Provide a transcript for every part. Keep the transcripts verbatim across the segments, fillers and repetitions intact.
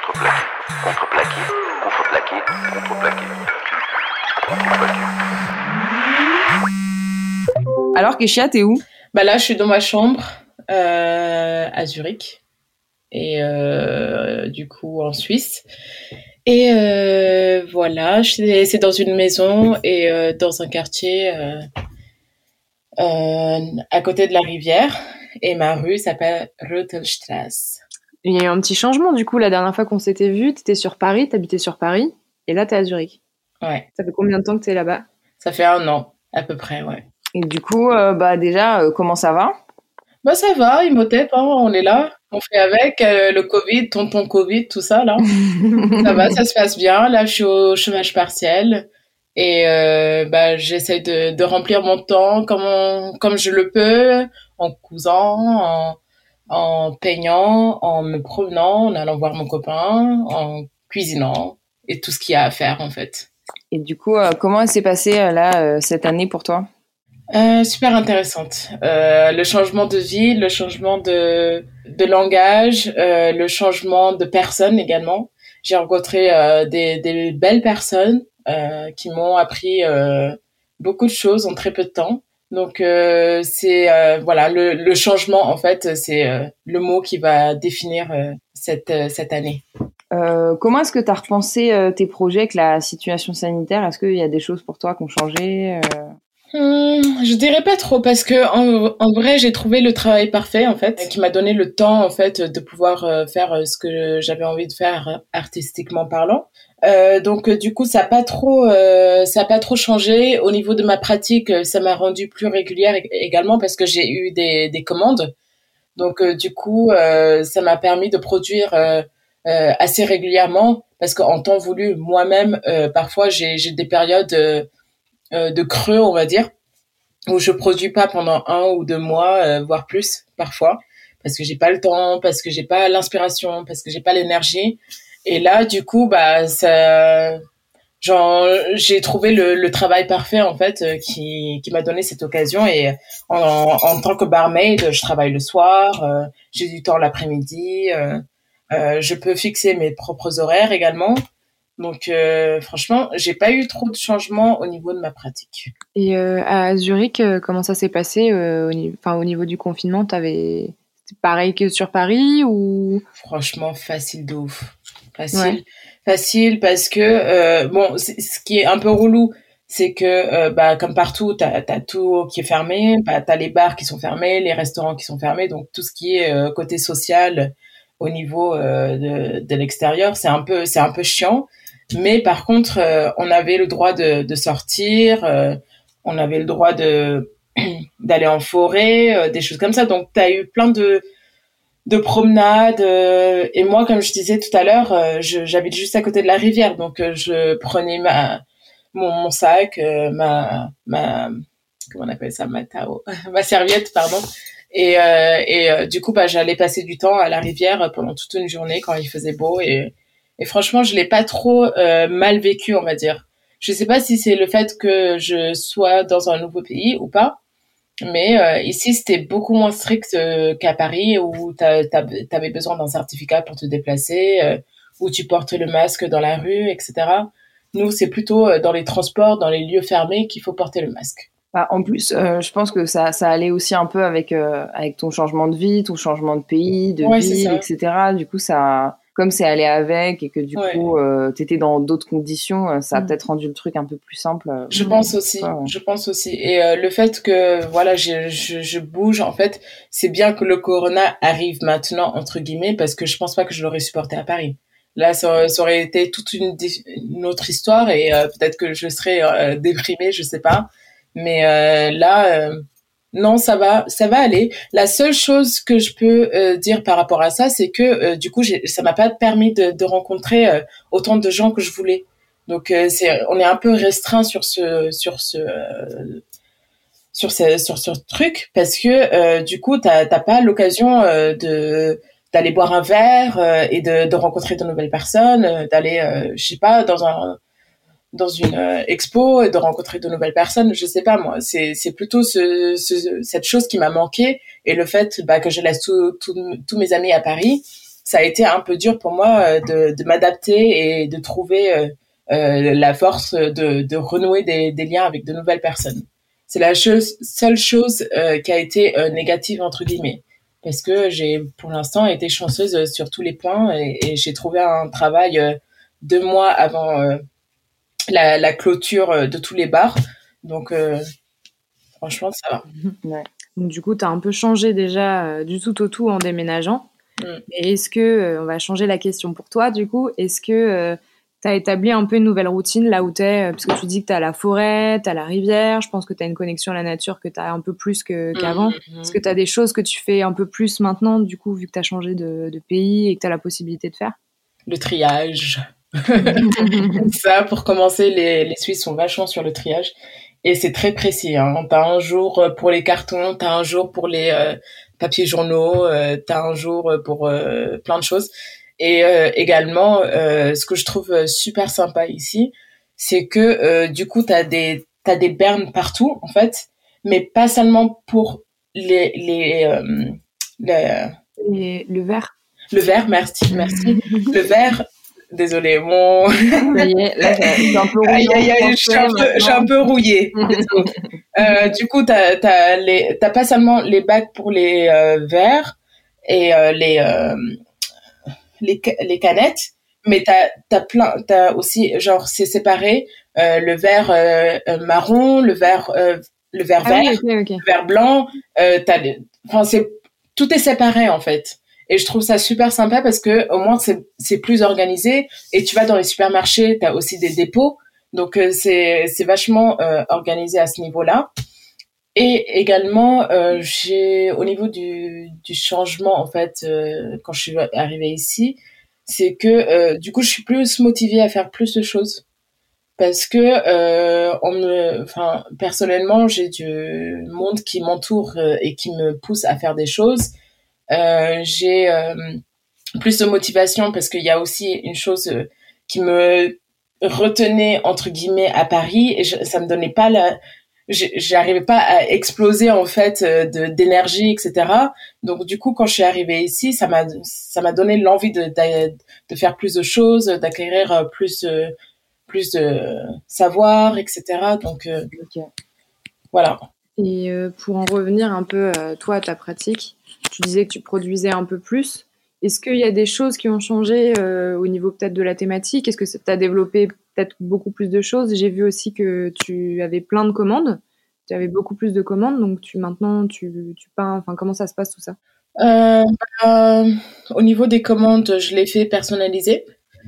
contreplaqué, contreplaqué, contreplaqué, contreplaqué, contreplaqué. Alors Kéchia, t'es où? Bah là, je suis dans ma chambre euh, à Zurich et euh, du coup en Suisse. Et euh, voilà, c'est, c'est dans une maison et euh, dans un quartier euh, euh, à côté de la rivière. Et ma rue s'appelle Rötelstrasse. Il y a eu un petit changement du coup la dernière fois qu'on s'était vu. T'étais sur Paris, t'habitais sur Paris, et là t'es à Zurich. Ouais. Ça fait combien de temps que t'es là-bas? Ça fait un an à peu près, ouais. Et du coup, euh, bah déjà, euh, comment ça va? Bah ça va, Imhotep, hein, on est là, on fait avec euh, le Covid, tonton Covid, tout ça là. Ça va, ça se passe bien. Là, je suis au chômage partiel et euh, bah j'essaie de, de remplir mon temps comme on- comme je le peux, en cousant, en, en peignant, en me promenant, en allant voir mon copain, en cuisinant et tout ce qu'il y a à faire en fait. Et du coup, euh, comment s'est passée euh, là euh, cette année pour toi? Euh, super intéressante. Euh, le changement de vie, le changement de, de langage, euh, le changement de personne également. J'ai rencontré euh, des, des belles personnes euh, qui m'ont appris euh, beaucoup de choses en très peu de temps. Donc euh, c'est euh, voilà le, le changement en fait c'est euh, le mot qui va définir euh, cette euh, cette année. Euh, comment est-ce que t'as repensé euh, tes projets avec la situation sanitaire? Est-ce qu'il y a des choses pour toi qui ont changé? euh... Hum, je dirais pas trop parce que en, en vrai j'ai trouvé le travail parfait en fait qui m'a donné le temps en fait de pouvoir euh, faire ce que j'avais envie de faire artistiquement parlant. Euh, donc euh, du coup ça a pas trop euh, ça a pas trop changé au niveau de ma pratique. Ça m'a rendue plus régulière ég- également parce que j'ai eu des des commandes. Donc euh, du coup euh, ça m'a permis de produire euh, euh, assez régulièrement parce qu'en temps voulu moi-même euh, parfois j'ai j'ai des périodes euh, euh, de creux, on va dire, où je produis pas pendant un ou deux mois, euh, voire plus parfois, parce que j'ai pas le temps, parce que j'ai pas l'inspiration, parce que j'ai pas l'énergie. Et là, du coup, bah, ça, genre, j'ai trouvé le, le travail parfait en fait, euh, qui qui m'a donné cette occasion. Et en, en tant que barmaid, je travaille le soir, euh, j'ai du temps l'après-midi, euh, euh, je peux fixer mes propres horaires également. Donc euh, franchement, j'ai pas eu trop de changements au niveau de ma pratique. Et euh, à Zurich, euh, comment ça s'est passé euh, au, ni- enfin, au niveau du confinement, t'avais c'était pareil que sur Paris ou? Franchement, facile de ouf. Facile, Ouais. facile parce que euh, bon, c'est- ce qui est un peu relou, c'est que euh, bah comme partout, t'as t'as tout qui est fermé, bah t'as les bars qui sont fermés, les restaurants qui sont fermés, donc tout ce qui est euh, côté social au niveau euh, de, de l'extérieur, c'est un peu c'est un peu chiant. Mais par contre, euh, on avait le droit de, de sortir, euh, on avait le droit de d'aller en forêt, euh, des choses comme ça. Donc t'as eu plein de de promenades euh, et moi comme je disais tout à l'heure euh, je, j'habite juste à côté de la rivière donc euh, je prenais ma mon, mon sac euh, ma ma comment on appelle ça ma tao ma serviette pardon et euh, et euh, du coup bah j'allais passer du temps à la rivière pendant toute une journée quand il faisait beau et et franchement je l'ai pas trop euh, mal vécu on va dire. Je sais pas si c'est le fait que je sois dans un nouveau pays ou pas. Mais euh, ici, c'était beaucoup moins strict euh, qu'à Paris, où t'a- t'a- t'avais besoin d'un certificat pour te déplacer, euh, où tu portes le masque dans la rue, et cetera. Nous, c'est plutôt euh, dans les transports, dans les lieux fermés qu'il faut porter le masque. Bah, en plus, euh, je pense que ça, ça allait aussi un peu avec, euh, avec ton changement de vie, ton changement de pays, de Ouais, c'est ville, ça. et cetera. Du coup, ça, comme c'est allé avec et que du Ouais. coup, euh, t'étais dans d'autres conditions, euh, ça a Mm. peut-être rendu le truc un peu plus simple. euh, Je pense pour aussi, toi, ouais. je pense aussi. Et euh, le fait que voilà, je, je, je bouge, en fait, c'est bien que le corona arrive maintenant entre guillemets, parce que je pense pas que je l'aurais supporté à Paris. Là, ça, ça aurait été toute une, di- une autre histoire et euh, peut-être que je serais euh, déprimée, je sais pas. Mais euh, là, euh, non, ça va, ça va aller. La seule chose que je peux euh, dire par rapport à ça, c'est que euh, du coup, j'ai, ça m'a pas permis de, de rencontrer euh, autant de gens que je voulais. Donc euh, c'est, on est un peu restreint sur ce, sur ce, euh, sur ce, sur ce truc parce que euh, du coup, t'as, t'as pas l'occasion euh, de d'aller boire un verre euh, et de, de rencontrer de nouvelles personnes, euh, d'aller, euh, je sais pas, dans un dans une euh, expo et de rencontrer de nouvelles personnes. Je sais pas moi, c'est c'est plutôt ce, ce cette chose qui m'a manqué et le fait bah que je laisse tous tous tous mes amis à Paris ça a été un peu dur pour moi de, de m'adapter et de trouver euh, euh, la force de, de renouer des, des liens avec de nouvelles personnes. C'est la chose, seule chose euh, qui a été euh, négative entre guillemets, parce que j'ai pour l'instant été chanceuse sur tous les points et, et j'ai trouvé un travail euh, deux mois avant euh, la, la clôture de tous les bars, donc euh, franchement ça va. Ouais. Donc du coup, tu as un peu changé déjà euh, du tout au tout en déménageant. Mm. Et est-ce que, euh, on va changer la question pour toi du coup, est-ce que euh, tu as établi un peu une nouvelle routine là où tu es, euh, parce que tu dis que tu as la forêt, tu as la rivière, je pense que tu as une connexion à la nature que tu as un peu plus que, qu'avant. Mm-hmm. Est-ce que tu as des choses que tu fais un peu plus maintenant du coup, vu que tu as changé de, de pays et que tu as la possibilité de faire? Le triage. Ça, pour commencer, les, les Suisses sont vachement sur le triage. Et c'est très précis, hein. T'as un jour pour les cartons, t'as un jour pour les euh, papiers journaux, euh, t'as un jour pour euh, plein de choses. Et euh, également, euh, ce que je trouve super sympa ici, c'est que euh, du coup, t'as des t'as des bernes partout en fait, mais pas seulement pour les les, euh, les... les le verre. Le verre, merci, merci. Le verre. Désolée, mon. Ça y est, là, c'est un peu rouillé. Aïe, aïe, aïe, je suis un peu, je suis un peu rouillée. euh, du coup, t'as, t'as les, t'as pas seulement les bacs pour les euh, verres et euh, les, euh, les, les canettes, mais t'as, t'as plein, t'as aussi, genre, c'est séparé, euh, le verre euh, marron, le verre, euh, le verre ah, vert, oui, okay, okay. le verre blanc, euh, t'as, enfin, c'est, tout est séparé, en fait. Et je trouve ça super sympa parce que au moins c'est c'est plus organisé et tu vas dans les supermarchés, tu as aussi des dépôts. Donc euh, c'est c'est vachement euh, organisé à ce niveau-là. Et également euh, j'ai au niveau du du changement en fait euh, quand je suis arrivée ici, c'est que euh, du coup je suis plus motivée à faire plus de choses parce que euh, on me enfin personnellement, j'ai du monde qui m'entoure euh, et qui me pousse à faire des choses. Euh, j'ai euh, plus de motivation parce qu'il y a aussi une chose euh, qui me retenait entre guillemets à Paris et je, ça me donnait pas la j'arrivais pas à exploser en fait euh, de d'énergie, etc. Donc du coup quand je suis arrivée ici, ça m'a ça m'a donné l'envie de de, de faire plus de choses, d'acquérir plus euh, plus de savoir, etc. Donc euh, okay. Voilà. Et euh, pour en revenir un peu euh, toi à ta pratique, tu disais que tu produisais un peu plus. Est-ce qu'il y a des choses qui ont changé euh, au niveau peut-être de la thématique? Est-ce que tu as développé peut-être beaucoup plus de choses? J'ai vu aussi que tu avais plein de commandes. Tu avais beaucoup plus de commandes, donc tu maintenant tu, tu peins. Enfin, comment ça se passe tout ça? euh, euh, Au niveau des commandes, je les fais personnaliser.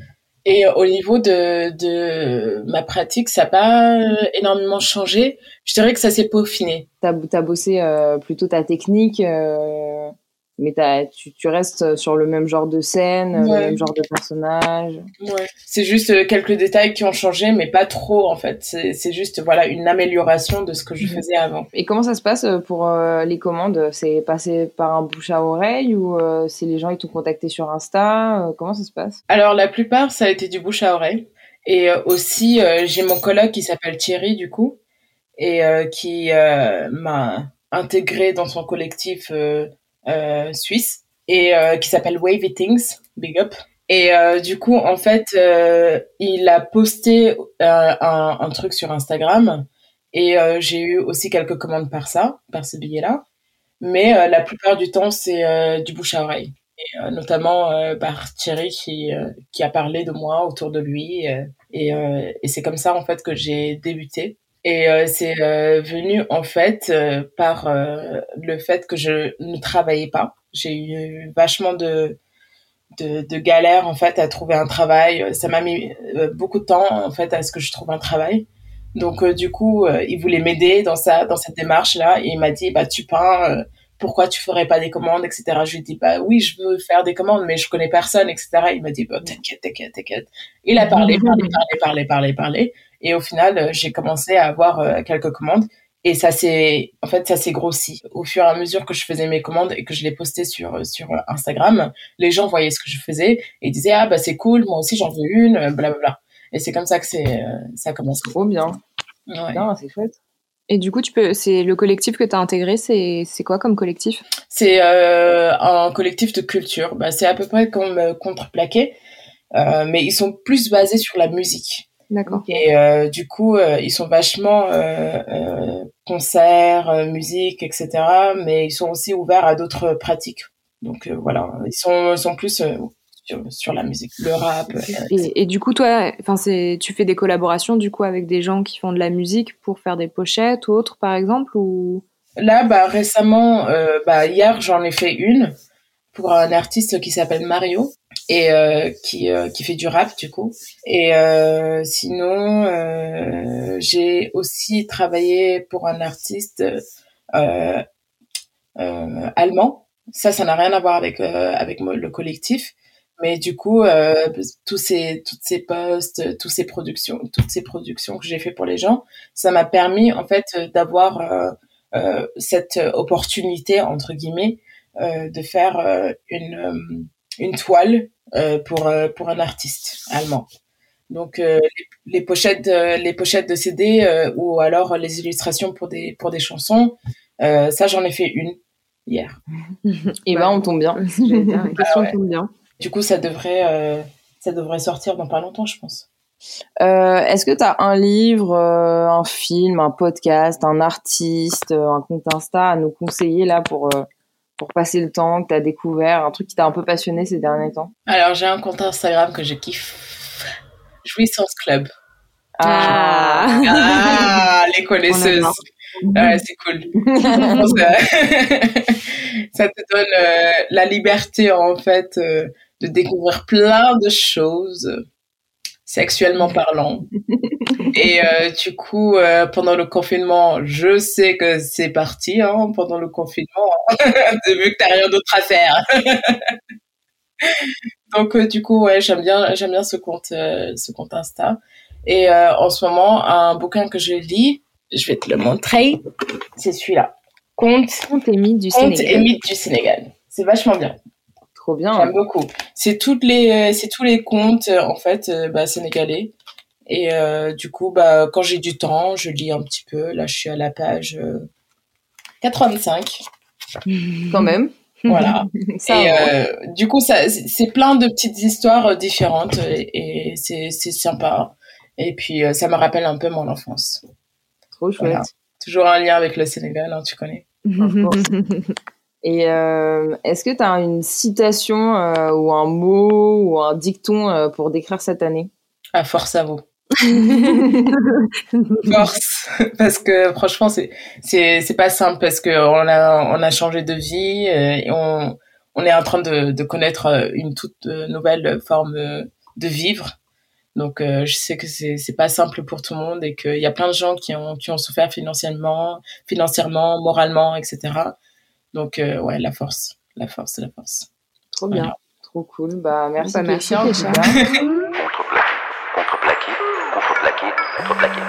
Et au niveau de, de ma pratique, ça n'a pas énormément changé. Je dirais que ça s'est peaufiné. Tu as bossé euh, plutôt ta technique, euh, mais t'as, tu, tu restes sur le même genre de scène, ouais. Le même genre de personnage. Ouais. C'est juste quelques détails qui ont changé, mais pas trop en fait. C'est, c'est juste voilà une amélioration de ce que je faisais avant. Et comment ça se passe pour euh, les commandes? C'est passé par un bouche à oreille ou euh, c'est les gens qui t'ont contacté sur Insta? euh, Comment ça se passe? Alors la plupart ça a été du bouche à oreille. Et euh, aussi euh, j'ai mon coloc qui s'appelle Thierry du coup et euh, qui euh, m'a intégré dans son collectif euh, euh, suisse et euh, qui s'appelle Wavy Things, big up. Et euh, du coup, en fait, euh, il a posté euh, un, un truc sur Instagram et euh, j'ai eu aussi quelques commandes par ça, par ce billet-là. Mais euh, la plupart du temps, c'est euh, du bouche à oreille. Et, euh, notamment euh, par Thierry qui, euh, qui a parlé de moi autour de lui. Euh, et, euh, et c'est comme ça, en fait, que j'ai débuté. Et euh, c'est euh, venu, en fait, euh, par euh, le fait que je ne travaillais pas. J'ai eu vachement de... De, de galère en fait à trouver un travail. Ça m'a mis euh, beaucoup de temps en fait à ce que je trouve un travail. Donc euh, du coup, euh, il voulait m'aider dans ça, dans cette démarche là. Et il m'a dit bah tu peins, euh, pourquoi tu ferais pas des commandes, et cetera. Je lui ai dit bah oui, je veux faire des commandes, mais je connais personne, et cetera. Il m'a dit bah t'inquiète, t'inquiète, t'inquiète. Il a parlé, parlé, parlé, parlé, parlé, parlé. Et au final, euh, j'ai commencé à avoir euh, quelques commandes. Et ça s'est, en fait, ça s'est grossi. Au fur et à mesure que je faisais mes commandes et que je les postais sur, sur Instagram, les gens voyaient ce que je faisais et disaient, ah, bah, c'est cool, moi aussi j'en veux une, blablabla. Et c'est comme ça que c'est, euh, ça a commencé. Trop bien. Ouais. Non, c'est chouette. Et du coup, tu peux, c'est le collectif que tu as intégré, c'est, c'est quoi comme collectif? c'est euh, un collectif de culture. Bah, c'est à peu près comme euh, Contreplaqué, euh, mais ils sont plus basés sur la musique. D'accord. Et euh, du coup, euh, ils sont vachement euh, euh, concerts, euh, musique, et cetera. Mais ils sont aussi ouverts à d'autres pratiques. Donc euh, voilà, ils sont, ils sont plus euh, sur, sur la musique, le rap. Euh, et, et du coup, toi, enfin, c'est, tu fais des collaborations du coup avec des gens qui font de la musique pour faire des pochettes ou autres, par exemple, ou Là, bah récemment, euh, bah hier, j'en ai fait une pour un artiste qui s'appelle Mario et euh, qui euh, qui fait du rap du coup. Et euh, sinon, euh, j'ai aussi travaillé pour un artiste euh, euh, allemand. Ça, ça n'a rien à voir avec euh, avec moi, le collectif. Mais du coup, euh, tous ces toutes ces posts, tous ces productions, toutes ces productions que j'ai fait pour les gens, ça m'a permis en fait d'avoir euh, euh, cette opportunité entre guillemets euh, de faire euh, une euh, une toile euh, pour euh, pour un artiste allemand. Donc euh, les, les pochettes de, les pochettes de C D euh, ou alors les illustrations pour des pour des chansons, euh, ça j'en ai fait une hier. Et bah, ben on tombe bien. J'allais dire, la question Ah ouais. tombe bien. Du coup ça devrait euh, ça devrait sortir dans pas longtemps je pense. Euh, est-ce que tu as un livre, euh, un film, un podcast, un artiste, euh, un compte Insta à nous conseiller là pour euh, pour passer le temps, que tu as découvert, un truc qui t'a un peu passionné ces derniers temps? Alors j'ai un compte Instagram que je kiffe, Jouissance Club. Ah, ah les connaisseuses. Ouais, c'est cool. Ça te donne euh, la liberté en fait euh, de découvrir plein de choses sexuellement parlant. Et euh, du coup, euh, pendant le confinement, je sais que c'est parti hein, pendant le confinement, vu que t'as rien d'autre à faire. Donc euh, du coup, ouais, j'aime bien, j'aime bien ce compte, euh, ce compte Insta. Et euh, en ce moment, un bouquin que je lis, je vais te le montrer, c'est celui-là. Conte, Conte et mythes du Conte Sénégal. et mythes du Sénégal. C'est vachement bien. trop bien. J'aime beaucoup. C'est toutes les, c'est tous les contes en fait, euh, bah, sénégalais. Et euh, du coup, bah, quand j'ai du temps, je lis un petit peu. Là, je suis à la page euh, quatre-vingt-cinq. Quand même. Voilà. Ça, et va. euh, du coup, ça, c'est plein de petites histoires différentes et, et c'est, c'est sympa. Et puis, euh, ça me rappelle un peu mon enfance. Trop chouette. Voilà. Toujours un lien avec le Sénégal, hein, tu connais. Et euh, est-ce que tu as une citation euh, ou un mot ou un dicton euh, pour décrire cette année? À force à vous. Force, parce que franchement c'est c'est c'est pas simple parce que on a on a changé de vie euh, et on on est en train de de connaître une toute nouvelle forme de vivre. Donc euh, je sais que c'est c'est pas simple pour tout le monde et qu'il y a plein de gens qui ont qui ont souffert financièrement, financièrement, moralement, et cetera. Donc euh, ouais, la force, la force, la force. Trop bien, voilà. Trop cool. Bah merci, bah, merci Kécia, en tout cas. Contreplaqué, contreplaqué, contreplaqué, contreplaqué.